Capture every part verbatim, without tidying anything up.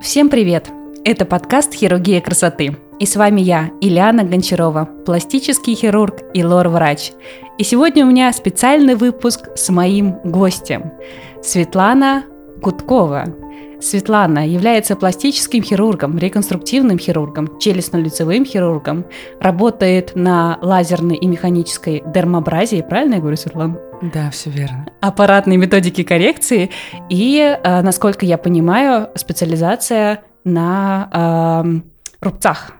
Всем привет! Это подкаст «Хирургия красоты». И с вами я, Ильяна Гончарова, пластический хирург и лор-врач. И сегодня у меня специальный выпуск с моим гостем – Светлана Гудкова. Светлана является пластическим хирургом, реконструктивным хирургом, челюстно-лицевым хирургом, работает на лазерной и механической дермабразии, правильно я говорю, Светлана? Да, все верно. Аппаратной методики коррекции и, насколько я понимаю, специализация на э, рубцах.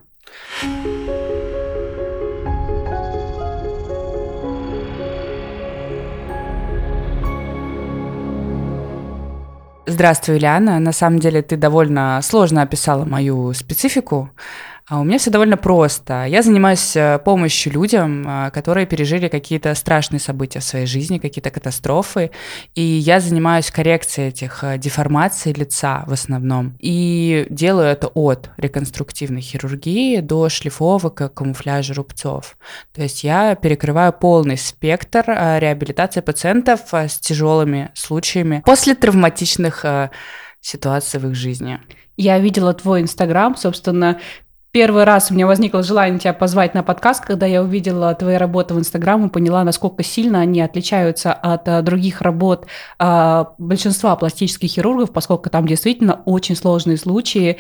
Здравствуй, Ильяна. На самом деле ты довольно сложно описала мою специфику. А у меня все довольно просто. Я занимаюсь помощью людям, которые пережили какие-то страшные события в своей жизни, какие-то катастрофы, и я занимаюсь коррекцией этих деформаций лица в основном. И делаю это от реконструктивной хирургии до шлифовок и камуфляжа рубцов. То есть я перекрываю полный спектр реабилитации пациентов с тяжелыми случаями после травматичных ситуаций в их жизни. Я видела твой Инстаграм, собственно. Первый раз у меня возникло желание тебя позвать на подкаст, когда я увидела твои работы в Инстаграм и поняла, насколько сильно они отличаются от а, других работ а, большинства пластических хирургов, поскольку там действительно очень сложные случаи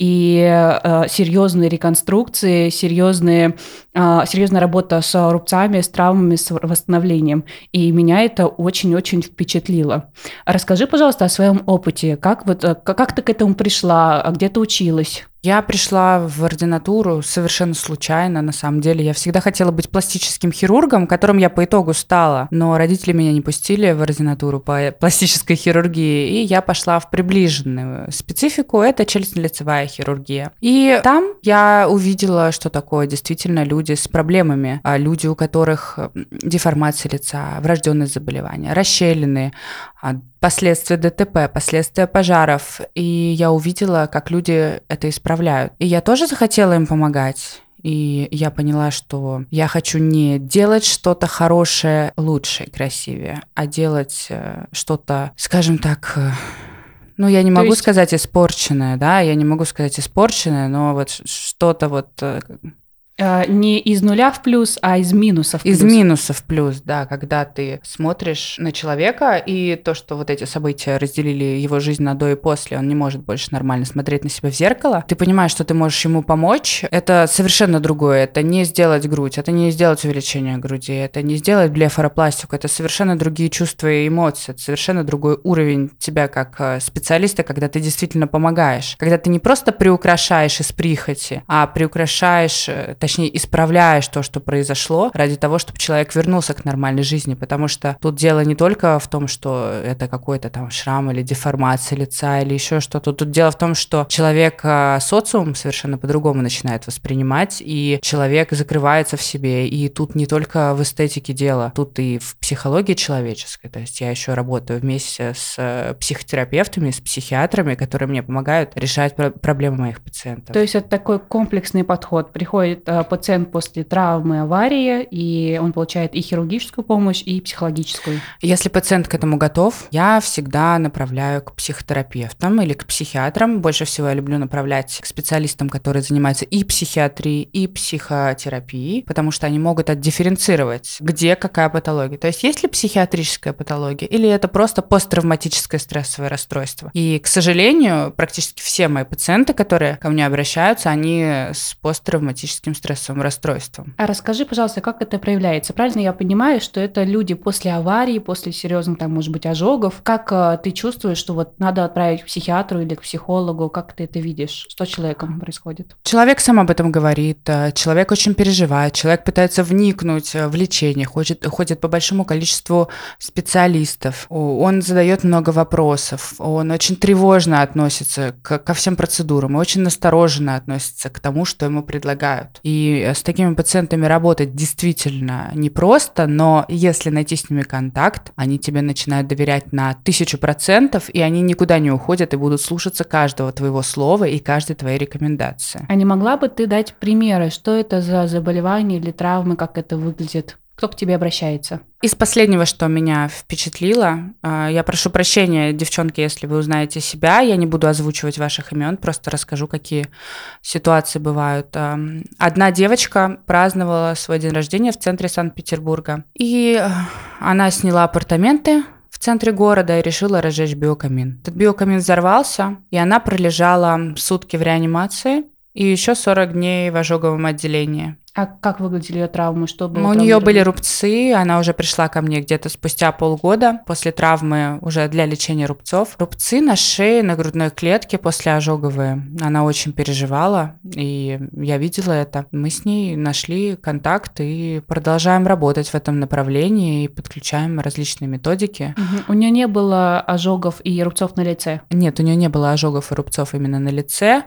и а, серьезные реконструкции, серьезные, а, серьезная работа с рубцами, с травмами, с восстановлением. И меня это очень-очень впечатлило. Расскажи, пожалуйста, о своем опыте. Как, вот, как ты к этому пришла, где ты училась? Я пришла в ординатуру совершенно случайно, на самом деле. Я всегда хотела быть пластическим хирургом, которым я по итогу стала, но родители меня не пустили в ординатуру по пластической хирургии, и я пошла в приближенную специфику, это челюстно-лицевая хирургия. И там я увидела, что такое действительно люди с проблемами, люди, у которых деформация лица, врожденные заболевания, расщелины, последствия ДТП, последствия пожаров. И я увидела, как люди это исправляют. И я тоже захотела им помогать. И я поняла, что я хочу не делать что-то хорошее, лучше, красивее, а делать что-то, скажем так, ну, я не могу есть... сказать испорченное, да, я не могу сказать испорченное, но вот что-то вот... Не из нуля в плюс, а из минусов в плюс. Из минусов в плюс, да, когда ты смотришь на человека, и то, что вот эти события разделили его жизнь на до и после, он не может больше нормально смотреть на себя в зеркало, ты понимаешь, что ты можешь ему помочь, это совершенно другое, это не сделать грудь, это не сделать увеличение груди, это не сделать блефаропластику, это совершенно другие чувства и эмоции, это совершенно другой уровень тебя как специалиста, когда ты действительно помогаешь, когда ты не просто приукрашаешь из прихоти, а приукрашаешь... точнее, исправляешь то, что произошло, ради того, чтобы человек вернулся к нормальной жизни, потому что тут дело не только в том, что это какой-то там шрам или деформация лица или еще что-то. Тут дело в том, что человек социум совершенно по-другому начинает воспринимать, и человек закрывается в себе, и тут не только в эстетике дело, тут и в психологии человеческой. То есть я еще работаю вместе с психотерапевтами, с психиатрами, которые мне помогают решать проблемы моих пациентов. То есть это такой комплексный подход. Приходит пациент после травмы, аварии, и он получает и хирургическую помощь, и психологическую. Если пациент к этому готов, я всегда направляю к психотерапевтам или к психиатрам. Больше всего я люблю направлять к специалистам, которые занимаются и психиатрией, и психотерапией, потому что они могут отдифференцировать, где какая патология. То есть есть ли психиатрическая патология, или это просто посттравматическое стрессовое расстройство. И, к сожалению, практически все мои пациенты, которые ко мне обращаются, они с посттравматическим стрессовым расстройством. А расскажи, пожалуйста, как это проявляется? Правильно я понимаю, что это люди после аварии, после серьезных, там, может быть, ожогов? Как э, ты чувствуешь, что вот надо отправить к психиатру или к психологу? Как ты это видишь? Что с человеком происходит? Человек сам об этом говорит, человек очень переживает, человек пытается вникнуть в лечение, ходит, ходит по большому количеству специалистов, он задает много вопросов, он очень тревожно относится к, ко всем процедурам и очень настороженно относится к тому, что ему предлагают. И с такими пациентами работать действительно непросто, но если найти с ними контакт, они тебе начинают доверять на тысячу процентов, и они никуда не уходят и будут слушаться каждого твоего слова и каждой твоей рекомендации. А не могла бы ты дать примеры, что это за заболевание или травмы, как это выглядит? Кто к тебе обращается? Из последнего, что меня впечатлило, я прошу прощения, девчонки, если вы узнаете себя, я не буду озвучивать ваших имен, просто расскажу, какие ситуации бывают. Одна девочка праздновала свой день рождения в центре Санкт-Петербурга, и она сняла апартаменты в центре города и решила разжечь биокамин. Этот биокамин взорвался, и она пролежала сутки в реанимации и еще сорок дней в ожоговом отделении. А как выглядели ее травмы? Что было? У нее были рубцы, она уже пришла ко мне где-то спустя полгода после травмы уже для лечения рубцов. Рубцы на шее, на грудной клетке после ожоговой. Она очень переживала, и я видела это. Мы с ней нашли контакт и продолжаем работать в этом направлении и подключаем различные методики. Угу. У нее не было ожогов и рубцов на лице? Нет, у нее не было ожогов и рубцов именно на лице,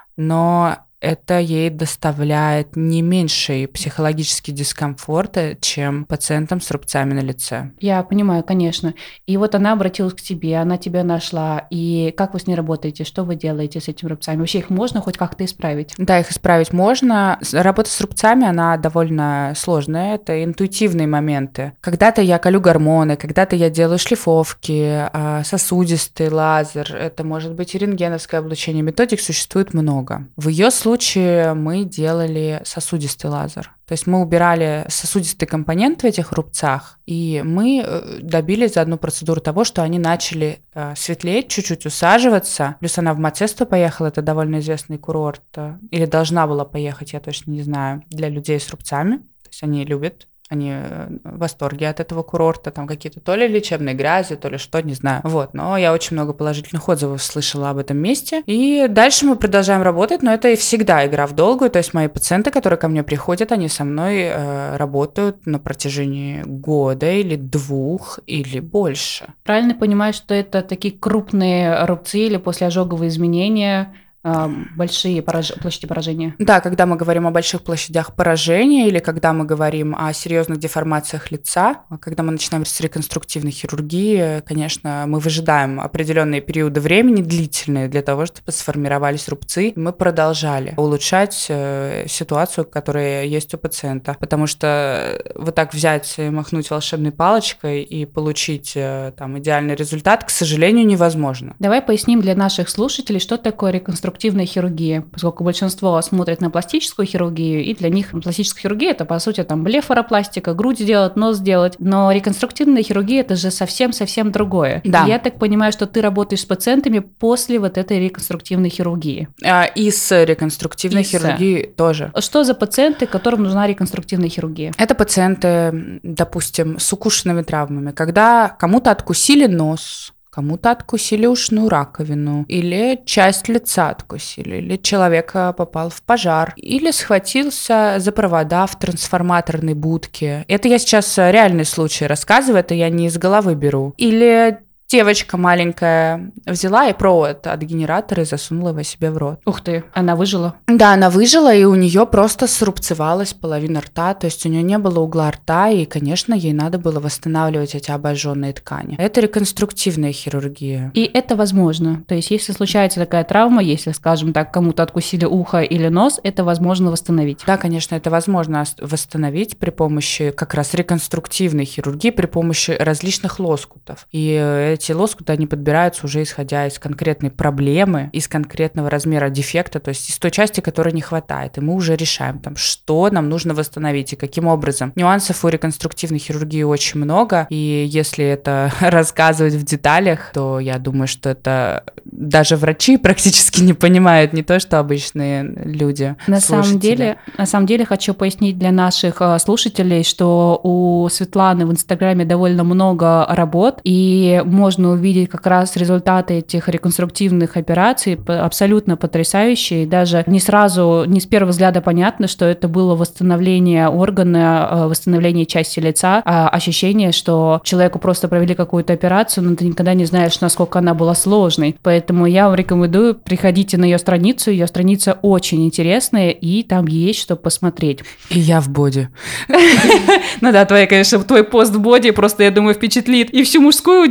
но это ей доставляет не меньший психологический дискомфорт, чем пациентам с рубцами на лице. Я понимаю, конечно. И вот она обратилась к тебе, она тебя нашла. И как вы с ней работаете? Что вы делаете с этими рубцами? Вообще их можно хоть как-то исправить? Да, их исправить можно. Работа с рубцами, она довольно сложная. Это интуитивные моменты. Когда-то я колю гормоны, когда-то я делаю шлифовки, сосудистый лазер. Это может быть и рентгеновское облучение. Методик существует много. В ее случае мы делали сосудистый лазер. То есть мы убирали сосудистый компонент в этих рубцах, и мы добились за одну процедуру того, что они начали светлеть, чуть-чуть усаживаться. Плюс она в Мацесту поехала, это довольно известный курорт, или должна была поехать, я точно не знаю, для людей с рубцами. То есть они любят. Они в восторге от этого курорта, там какие-то то ли лечебные грязи, то ли что, не знаю. Вот, но я очень много положительных отзывов слышала об этом месте. И дальше мы продолжаем работать, но это и всегда игра в долгую. То есть мои пациенты, которые ко мне приходят, они со мной э, работают на протяжении года или двух, или больше. Правильно понимаю, что это такие крупные рубцы или послеожоговые изменения, большие пораж... площади поражения? Да, когда мы говорим о больших площадях поражения или когда мы говорим о серьезных деформациях лица, когда мы начинаем с реконструктивной хирургии, конечно, мы выжидаем определенные периоды времени, длительные, для того, чтобы сформировались рубцы. Мы продолжали улучшать ситуацию, которая есть у пациента, потому что вот так взять и махнуть волшебной палочкой и получить там идеальный результат, к сожалению, невозможно. Давай поясним для наших слушателей, что такое реконструктивная хирургия, поскольку большинство смотрит на пластическую хирургию, и для них пластическая хирургия – это, по сути, там блефаропластика, грудь сделать, нос сделать, но реконструктивная хирургия – это же совсем-совсем другое. Да. И я так понимаю, что ты работаешь с пациентами после вот этой реконструктивной хирургии. А, и с реконструктивной и хирургией с... тоже. Что за пациенты, которым нужна реконструктивная хирургия? Это пациенты, допустим, с укушенными травмами, когда кому-то откусили нос, кому-то откусили ушную раковину, или часть лица откусили, или человек попал в пожар, или схватился за провода в трансформаторной будке. Это я сейчас реальный случай рассказываю, это я не из головы беру. Или девочка маленькая взяла и провод от генератора и засунула его себе в рот. Ух ты, она выжила? Да, она выжила, и у нее просто срубцевалась половина рта, то есть у нее не было угла рта, и, конечно, ей надо было восстанавливать эти обожженные ткани. Это реконструктивная хирургия. И это возможно. То есть если случается такая травма, если, скажем так, кому-то откусили ухо или нос, это возможно восстановить? Да, конечно, это возможно восстановить при помощи как раз реконструктивной хирургии, при помощи различных лоскутов. И эти лоскуты, они подбираются уже исходя из конкретной проблемы, из конкретного размера дефекта, то есть из той части, которой не хватает. И мы уже решаем, там, что нам нужно восстановить и каким образом. Нюансов у реконструктивной хирургии очень много, и если это рассказывать в деталях, то я думаю, что это даже врачи практически не понимают, не то что обычные люди. На самом деле, на самом деле хочу пояснить для наших слушателей, что у Светланы в Инстаграме довольно много работ, и можно увидеть как раз результаты этих реконструктивных операций, абсолютно потрясающие. Даже не сразу, не с первого взгляда понятно, что это было восстановление органа, восстановление части лица, а ощущение, что человеку просто провели какую-то операцию, но ты никогда не знаешь, насколько она была сложной. Поэтому я вам рекомендую, приходите на ее страницу, ее страница очень интересная, и там есть что посмотреть. И я в боди. Ну да, твой, конечно, твой пост в боди просто, я думаю, впечатлит и всю мужскую аудиторию,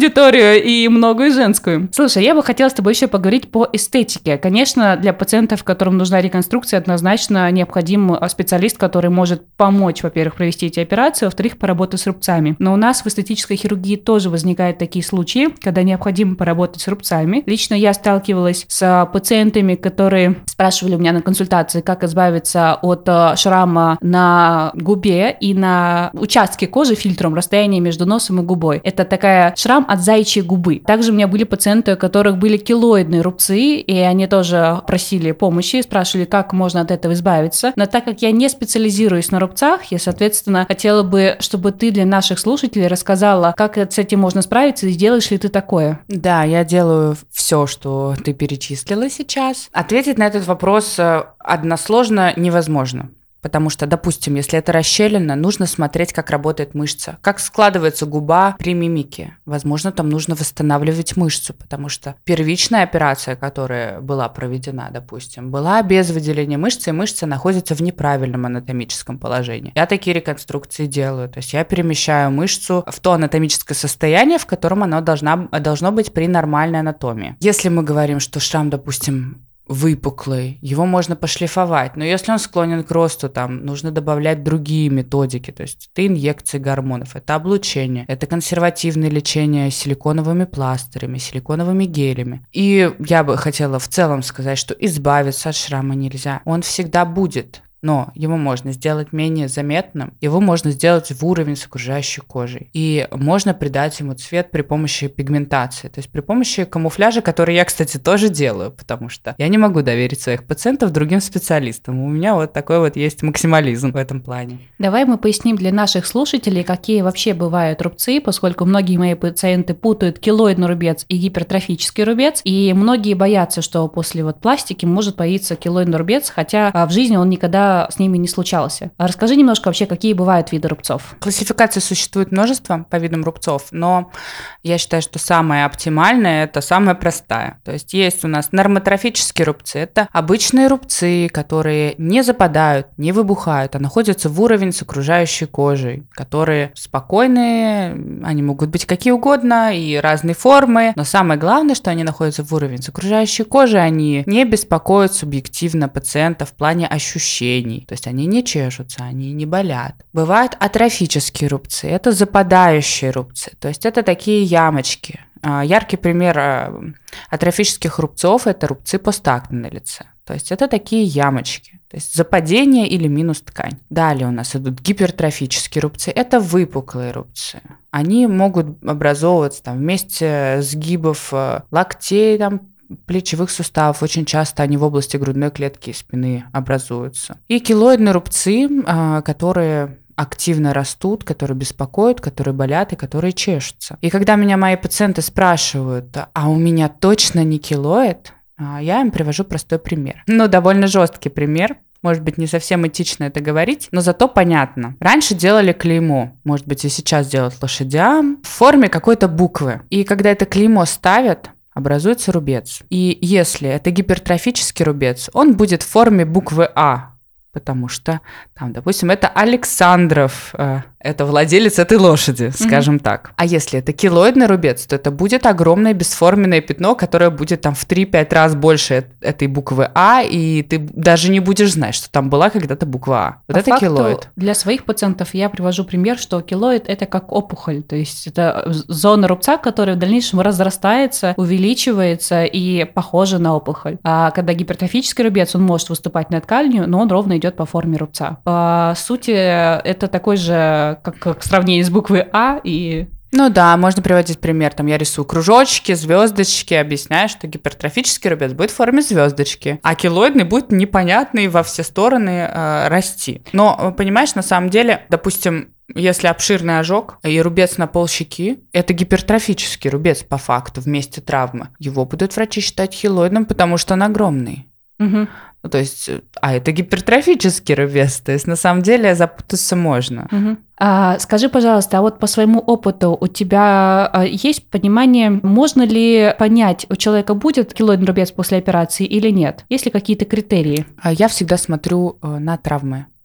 мужскую и многое женскую. Слушай, я бы хотела с тобой еще поговорить по эстетике. Конечно, для пациентов, которым нужна реконструкция, однозначно необходим специалист, который может помочь, во-первых, провести эти операции, во-вторых, поработать с рубцами. Но у нас в эстетической хирургии тоже возникают такие случаи, когда необходимо поработать с рубцами. Лично я сталкивалась с пациентами, которые спрашивали у меня на консультации, как избавиться от шрама на губе и на участке кожи фильтром расстояние между носом и губой. Это такая шрам от заячьей губы. Также у меня были пациенты, у которых были килоидные рубцы, и они тоже просили помощи, спрашивали, как можно от этого избавиться. Но так как я не специализируюсь на рубцах, я, соответственно, хотела бы, чтобы ты для наших слушателей рассказала, как с этим можно справиться и делаешь ли ты такое. Да, я делаю все, что ты перечислила сейчас. Ответить на этот вопрос односложно невозможно. Потому что, допустим, если это расщелина, нужно смотреть, как работает мышца, как складывается губа при мимике. Возможно, там нужно восстанавливать мышцу, потому что первичная операция, которая была проведена, допустим, была без выделения мышцы, и мышца находится в неправильном анатомическом положении. Я такие реконструкции делаю, то есть я перемещаю мышцу в то анатомическое состояние, в котором оно должна, должно быть при нормальной анатомии. Если мы говорим, что шрам, допустим, выпуклый, его можно пошлифовать, но если он склонен к росту, там нужно добавлять другие методики, то есть это инъекции гормонов, это облучение, это консервативное лечение силиконовыми пластырями, силиконовыми гелями. И я бы хотела в целом сказать, что избавиться от шрама нельзя, он всегда будет. Но его можно сделать менее заметным, его можно сделать в уровень с окружающей кожей. И можно придать ему цвет при помощи пигментации, то есть при помощи камуфляжа, который я, кстати, тоже делаю, потому что я не могу доверить своих пациентов другим специалистам. У меня вот такой вот есть максимализм в этом плане. Давай мы поясним для наших слушателей, какие вообще бывают рубцы, поскольку многие мои пациенты путают килоидный рубец и гипертрофический рубец, и многие боятся, что после вот пластики может появиться килоидный рубец, хотя в жизни он никогда с ними не случался. Расскажи немножко вообще, какие бывают виды рубцов. Классификаций существует множество по видам рубцов, но я считаю, что самая оптимальная – это самая простая. То есть есть у нас нормотрофические рубцы. Это обычные рубцы, которые не западают, не выбухают, а находятся в уровень с окружающей кожей, которые спокойные, они могут быть какие угодно и разной формы, но самое главное, что они находятся в уровень с окружающей кожей, они не беспокоят субъективно пациента в плане ощущений. То есть они не чешутся, они не болят. Бывают атрофические рубцы, это западающие рубцы, то есть это такие ямочки. Яркий пример атрофических рубцов – это рубцы постакне на лице. То есть это такие ямочки, то есть западение или минус ткань. Далее у нас идут гипертрофические рубцы, это выпуклые рубцы. Они могут образовываться там, вместе сгибов локтей, там, плечевых суставов, очень часто они в области грудной клетки и спины образуются. И килоидные рубцы, которые активно растут, которые беспокоят, которые болят и которые чешутся. И когда меня мои пациенты спрашивают, а у меня точно не килоид, я им привожу простой пример. Ну, довольно жесткий пример. Может быть, не совсем этично это говорить, но зато понятно. Раньше делали клеймо, может быть, и сейчас делают лошадям, в форме какой-то буквы. И когда это клеймо ставят, образуется рубец. И если это гипертрофический рубец, он будет в форме буквы А, потому что там, допустим, это Александров, это владелец этой лошади, скажем mm-hmm. так. А если это килоидный рубец, то это будет огромное бесформенное пятно, которое будет там в три-пять раз больше этой буквы А, и ты даже не будешь знать, что там была когда-то буква А. Вот По это факту, килоид. Для своих пациентов я привожу пример, что килоид – это как опухоль, то есть это зона рубца, которая в дальнейшем разрастается, увеличивается и похожа на опухоль. А когда гипертрофический рубец, он может выступать над тканью, но он ровно идет по форме рубца. По сути, это такой же как, как сравнение с буквой А и... Ну да, можно приводить пример. Там я рисую кружочки, звездочки, объясняю, что гипертрофический рубец будет в форме звездочки, а килоидный будет непонятный во все стороны э, расти. Но, понимаешь, на самом деле, допустим, если обширный ожог и рубец на пол щеки, это гипертрофический рубец по факту в месте травмы. Его будут врачи считать килоидным, потому что он огромный. Угу. Ну, то есть, а это гипертрофический рубец, то есть на самом деле запутаться можно. Угу. А, скажи, пожалуйста, а вот по своему опыту у тебя а, есть понимание, можно ли понять, у человека будет килоидный рубец после операции или нет? Есть ли какие-то критерии? Я всегда смотрю на травмы.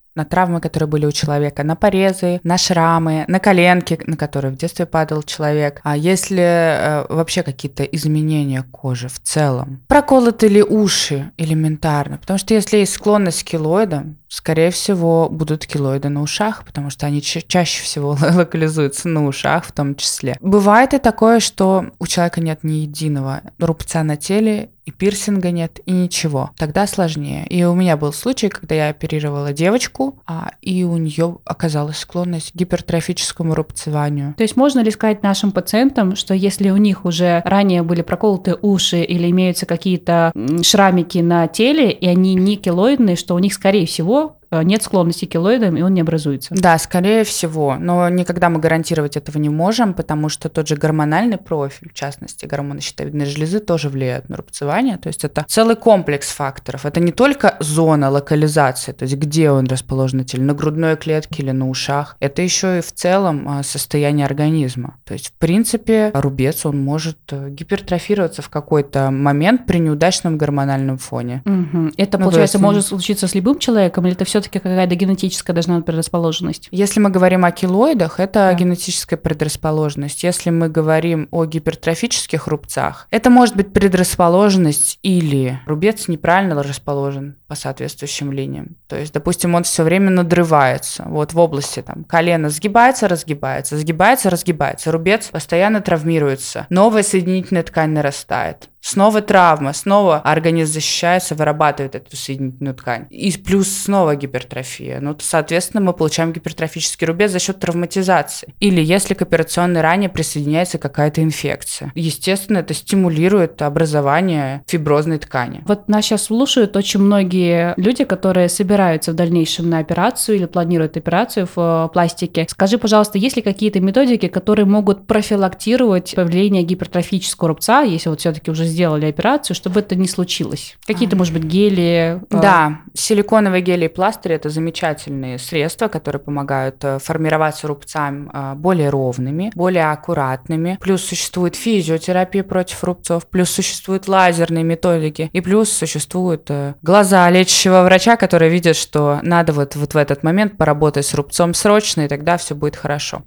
на травмы, которые были у человека, на порезы, на шрамы, на коленки, на которые в детстве падал человек. А если э, вообще какие-то изменения кожи в целом? Проколоты ли уши элементарно? Потому что если есть склонность к килоидам, скорее всего, будут килоиды на ушах, потому что они ча- чаще всего локализуются на ушах в том числе. Бывает и такое, что у человека нет ни единого рубца на теле, и пирсинга нет, и ничего. Тогда сложнее. И у меня был случай, когда я оперировала девочку, а, и у нее оказалась склонность к гипертрофическому рубцеванию. То есть можно ли сказать нашим пациентам, что если у них уже ранее были проколоты уши или имеются какие-то шрамики на теле, и они не килоидные, что у них, скорее всего, нет склонности к килоидам, и он не образуется? Да, скорее всего, но никогда мы гарантировать этого не можем, потому что тот же гормональный профиль, в частности, гормоны щитовидной железы, тоже влияют на рубцевание, то есть это целый комплекс факторов. Это не только зона локализации, то есть где он расположен на теле, на грудной клетке или на ушах, это еще и в целом состояние организма. То есть, в принципе, рубец, он может гипертрофироваться в какой-то момент при неудачном гормональном фоне. Угу. Это, ну, получается, есть... может случиться с любым человеком, или это все все-таки какая-то генетическая должна быть предрасположенность? Если мы говорим о килоидах, это да. генетическая предрасположенность. Если мы говорим о гипертрофических рубцах, это может быть предрасположенность или рубец неправильно расположен по соответствующим линиям. То есть, допустим, он все время надрывается. Вот в области там колена сгибается, разгибается, сгибается, разгибается. Рубец постоянно травмируется. Новая соединительная ткань нарастает. Снова травма, снова организм защищается, вырабатывает эту соединительную ткань. И плюс снова гипертрофия. Ну, то, соответственно, мы получаем гипертрофический рубец за счет травматизации. Или если к операционной ране присоединяется какая-то инфекция. Естественно, это стимулирует образование фиброзной ткани. Вот нас сейчас слушают очень многие люди, которые собираются в дальнейшем на операцию или планируют операцию в пластике. Скажи, пожалуйста, есть ли какие-то методики, которые могут профилактировать появление гипертрофического рубца, если вот все-таки уже сделали операцию, чтобы это не случилось? Какие-то, может быть, гели? Да, силиконовые гели и пластыри – это замечательные средства, которые помогают формироваться рубцам более ровными, более аккуратными. Плюс существует физиотерапия против рубцов, плюс существуют лазерные методики, и плюс существуют глаза лечащего врача, которые видят, что надо вот, вот в этот момент поработать с рубцом срочно, и тогда все будет хорошо.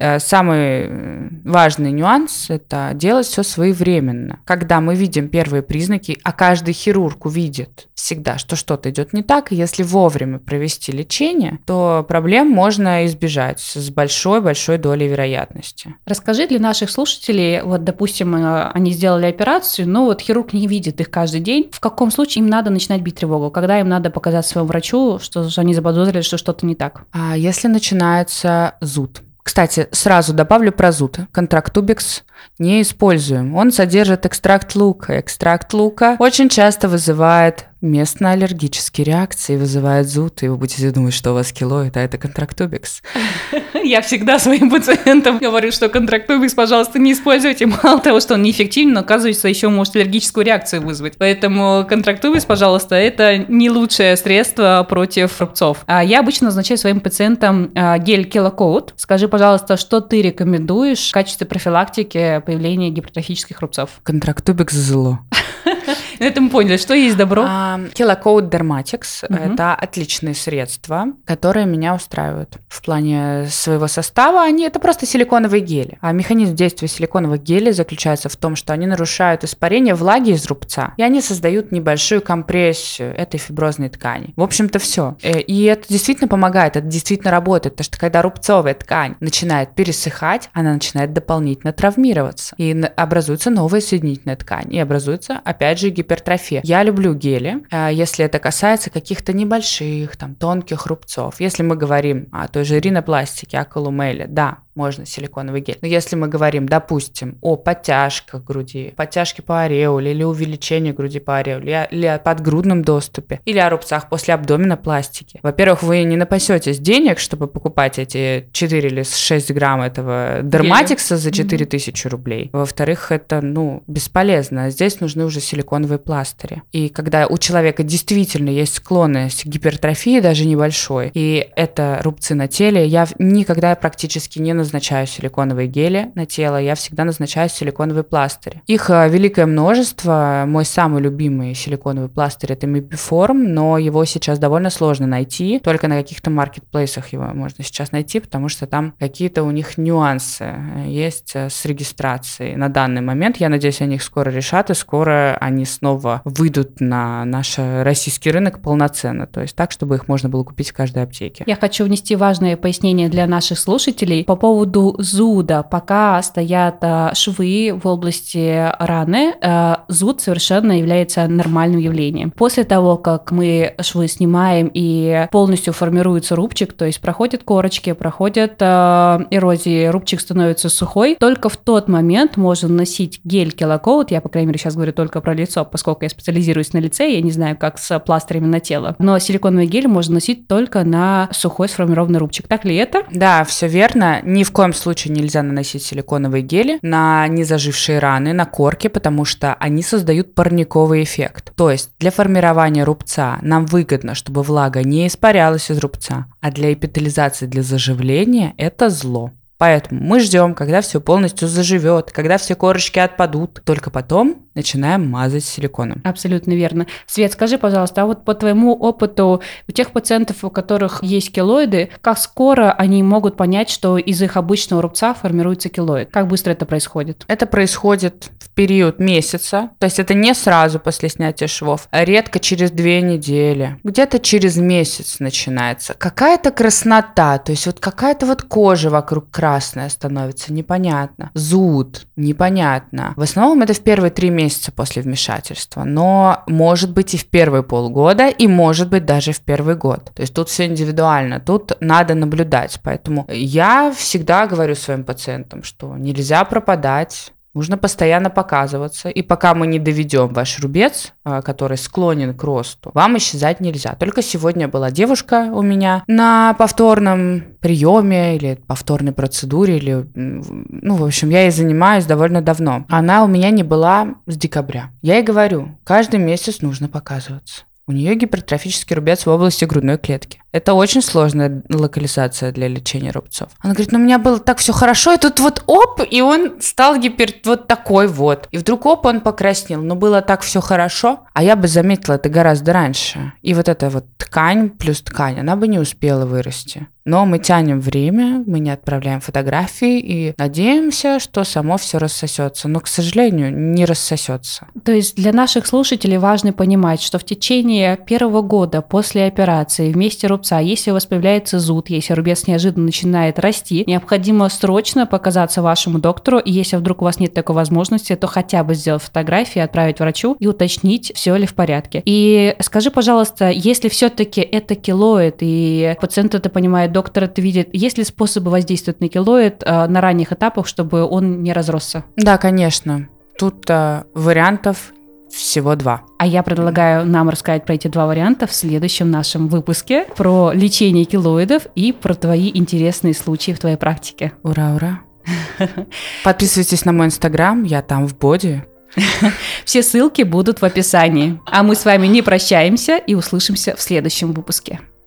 Самый важный нюанс – это делать все своевременно. Когда мы видим первые признаки, а каждый хирург увидит всегда, что что-то идет не так, и если вовремя провести лечение, то проблем можно избежать с большой-большой долей вероятности. Расскажи для наших слушателей, вот, допустим, они сделали операцию, но вот хирург не видит их каждый день. В каком случае им надо начинать бить тревогу? Когда им надо показать своему врачу, что они заподозрили, что что-то не так? А если начинается зуд? Кстати, сразу добавлю про зуд. Контрактубекс не используем. Он содержит экстракт лука. Экстракт лука очень часто вызывает местно-аллергические реакции, вызывает зуд, и вы будете думать, что у вас килоид, а это контрактубекс. Я всегда своим пациентам говорю, что контрактубекс, пожалуйста, не используйте. Мало того, что он неэффективен, но, оказывается, еще может аллергическую реакцию вызвать. Поэтому контрактубекс, пожалуйста, это не лучшее средство против рубцов. А я обычно назначаю своим пациентам гель Kelacote. Скажи, пожалуйста, что ты рекомендуешь в качестве профилактики появления гипертрофических рубцов? Контрактубекс зло. Это мы поняли, что есть добро. Kelacote Dermatix угу. – это отличные средства, которые меня устраивают. В плане своего состава они – это просто силиконовые гели. А механизм действия силиконовых гелей заключается в том, что они нарушают испарение влаги из рубца, и они создают небольшую компрессию этой фиброзной ткани. В общем-то, все. И это действительно помогает, это действительно работает, потому что когда рубцовая ткань начинает пересыхать, она начинает дополнительно травмироваться, и образуется новая соединительная ткань, и образуется, опять же, гипертрофия. Я люблю гели, если это касается каких-то небольших, там, тонких рубцов. Если мы говорим о той же ринопластике, о колумеле, да, можно силиконовый гель. Но если мы говорим, допустим, о подтяжках груди, подтяжке по ореоле или увеличении груди по ореоле, или о подгрудном доступе, или о рубцах после абдоминопластики, во-первых, вы не напасетесь денег, чтобы покупать эти четыре или шесть грамм этого дерматикса за четыре тысячи рублей. Во-вторых, это, ну, бесполезно. Здесь нужны уже силиконовые пластыри. И когда у человека действительно есть склонность к гипертрофии, даже небольшой, и это рубцы на теле, я никогда практически не назначаю силиконовые гели на тело, я всегда назначаю силиконовые пластыри. Их великое множество. Мой самый любимый силиконовый пластырь — это Мебиформ, но его сейчас довольно сложно найти. Только на каких-то маркетплейсах его можно сейчас найти, потому что там какие-то у них нюансы есть с регистрацией на данный момент. Я надеюсь, они их скоро решат, и скоро они снова выйдут на наш российский рынок полноценно. То есть так, чтобы их можно было купить в каждой аптеке. Я хочу внести важное пояснение для наших слушателей по поводу зуда. Пока стоят а, швы в области раны, а, зуд совершенно является нормальным явлением. После того, как мы швы снимаем и полностью формируется рубчик, то есть проходят корочки, проходят а, эрозии, рубчик становится сухой, только в тот момент можно наносить гель Kelacoat. Я, по крайней мере, сейчас говорю только про лицо, поскольку я специализируюсь на лице, я не знаю, как с пластырями на тело. Но силиконовый гель можно носить только на сухой сформированный рубчик. Так ли это? Да, все верно. Ни в коем случае нельзя наносить силиконовые гели на незажившие раны, на корки, потому что они создают парниковый эффект. То есть для формирования рубца нам выгодно, чтобы влага не испарялась из рубца, а для эпителизации, для заживления это зло. Поэтому мы ждем, когда все полностью заживет, когда все корочки отпадут. Только потом начинаем мазать силиконом. Абсолютно верно. Свет, скажи, пожалуйста, а вот по твоему опыту, у тех пациентов, у которых есть келоиды, как скоро они могут понять, что из их обычного рубца формируется келоид? Как быстро это происходит? Это происходит в период месяца, то есть это не сразу после снятия швов, а редко через две недели, где-то через месяц начинается. Какая-то краснота, то есть вот какая-то вот кожа вокруг красная становится, непонятно. Зуд, непонятно. В основном это в первые три месяца месяца после вмешательства, но может быть и в первые полгода, и может быть даже в первый год. То есть тут все индивидуально, тут надо наблюдать. Поэтому я всегда говорю своим пациентам, что нельзя пропадать, нужно постоянно показываться, и пока мы не доведем ваш рубец, который склонен к росту, вам исчезать нельзя. Только сегодня была девушка у меня на повторном приеме или повторной процедуре, или, ну, в общем, я ей занимаюсь довольно давно. Она у меня не была с декабря. Я ей говорю, каждый месяц нужно показываться. У нее гипертрофический рубец в области грудной клетки. Это очень сложная локализация для лечения рубцов. Она говорит, ну у меня было так все хорошо, и тут вот оп, и он стал гипер вот такой вот. И вдруг оп, он покраснел. Но было так все хорошо, а я бы заметила это гораздо раньше. И вот эта вот ткань плюс ткань, она бы не успела вырасти. Но мы тянем время, мы не отправляем фотографии и надеемся, что само все рассосется. Но, к сожалению, не рассосется. То есть для наших слушателей важно понимать, что в течение первого года после операции в месте рубца, если у вас появляется зуд, если рубец неожиданно начинает расти, необходимо срочно показаться вашему доктору. И если вдруг у вас нет такой возможности, то хотя бы сделать фотографии, отправить врачу и уточнить, все ли в порядке. И скажи, пожалуйста, если все-таки это келоид, и пациент это понимает, доктор это видит, есть ли способы воздействовать на келоид э, на ранних этапах, чтобы он не разросся? Да, конечно. Тут э, вариантов всего два. А я предлагаю нам рассказать про эти два варианта в следующем нашем выпуске про лечение келоидов и про твои интересные случаи в твоей практике. Ура, ура. Подписывайтесь на мой инстаграм, я там в боди. Все ссылки будут в описании. А мы с вами не прощаемся и услышимся в следующем выпуске.